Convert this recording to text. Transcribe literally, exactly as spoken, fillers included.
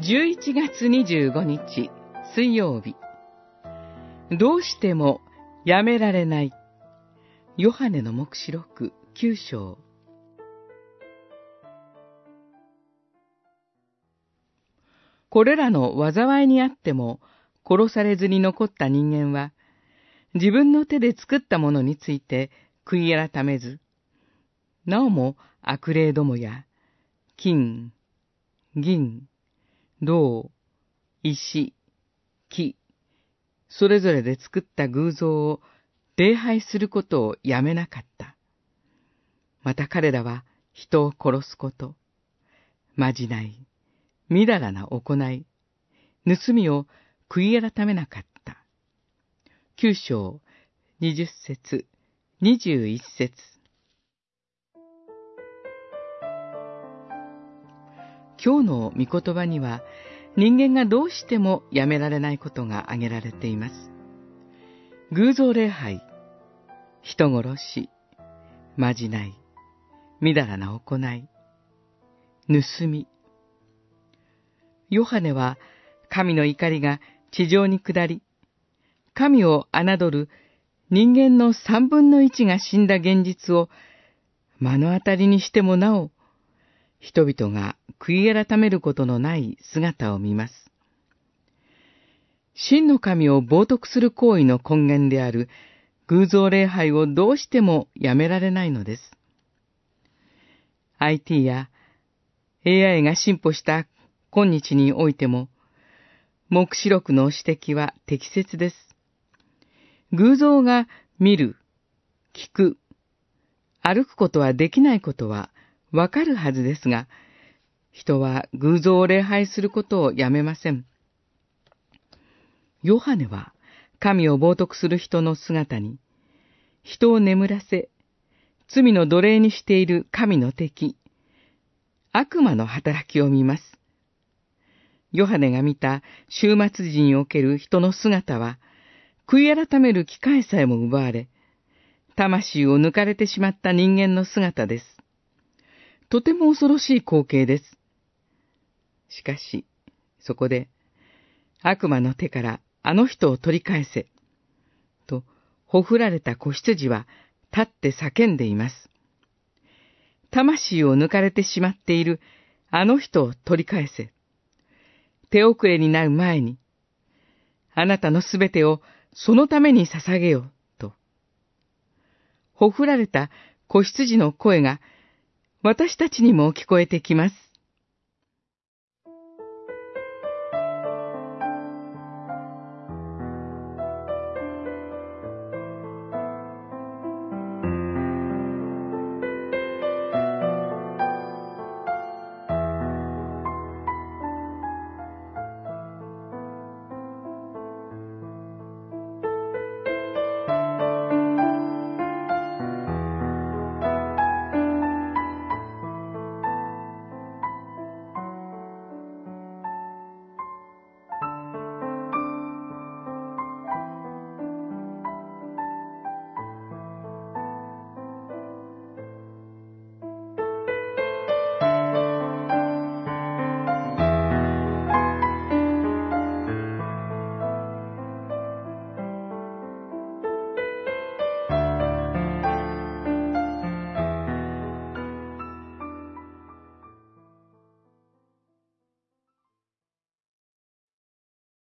じゅういちがつにじゅうごにち水曜日。どうしてもやめられない。ヨハネの黙示録きゅうしょう。これらの災いにあっても殺されずに残った人間は、自分の手で作ったものについて悔い改めず、なおも悪霊どもや金、銀、銅、石、木、それぞれで作った偶像を礼拝することをやめなかった。また彼らは人を殺すこと、まじない、みだらな行い、盗みを悔い改めなかった。きゅうしょう、にじゅっせつ、にじゅういっせつ。今日の御言葉には、人間がどうしてもやめられないことが挙げられています。偶像礼拝、人殺し、まじない、みだらな行い、盗み。ヨハネは神の怒りが地上に下り、神を侮る人間の三分の一が死んだ現実を目の当たりにしてもなお、人々が悔い改めることのない姿を見ます。真の神を冒涜する行為の根源である偶像礼拝をどうしてもやめられないのです。アイティー や エーアイ が進歩した今日においても、黙示録の指摘は適切です。偶像が見る、聞く、歩くことはできないことはわかるはずですが、人は偶像を礼拝することをやめません。ヨハネは神を冒涜する人の姿に、人を眠らせ、罪の奴隷にしている神の敵、悪魔の働きを見ます。ヨハネが見た終末時における人の姿は、悔い改める機会さえも奪われ、魂を抜かれてしまった人間の姿です。とても恐ろしい光景です。しかし、そこで、悪魔の手からあの人を取り返せ、と、ほふられた子羊は立って叫んでいます。魂を抜かれてしまっているあの人を取り返せ。手遅れになる前に、あなたのすべてをそのために捧げよう、と。ほふられた子羊の声が私たちにも聞こえてきます。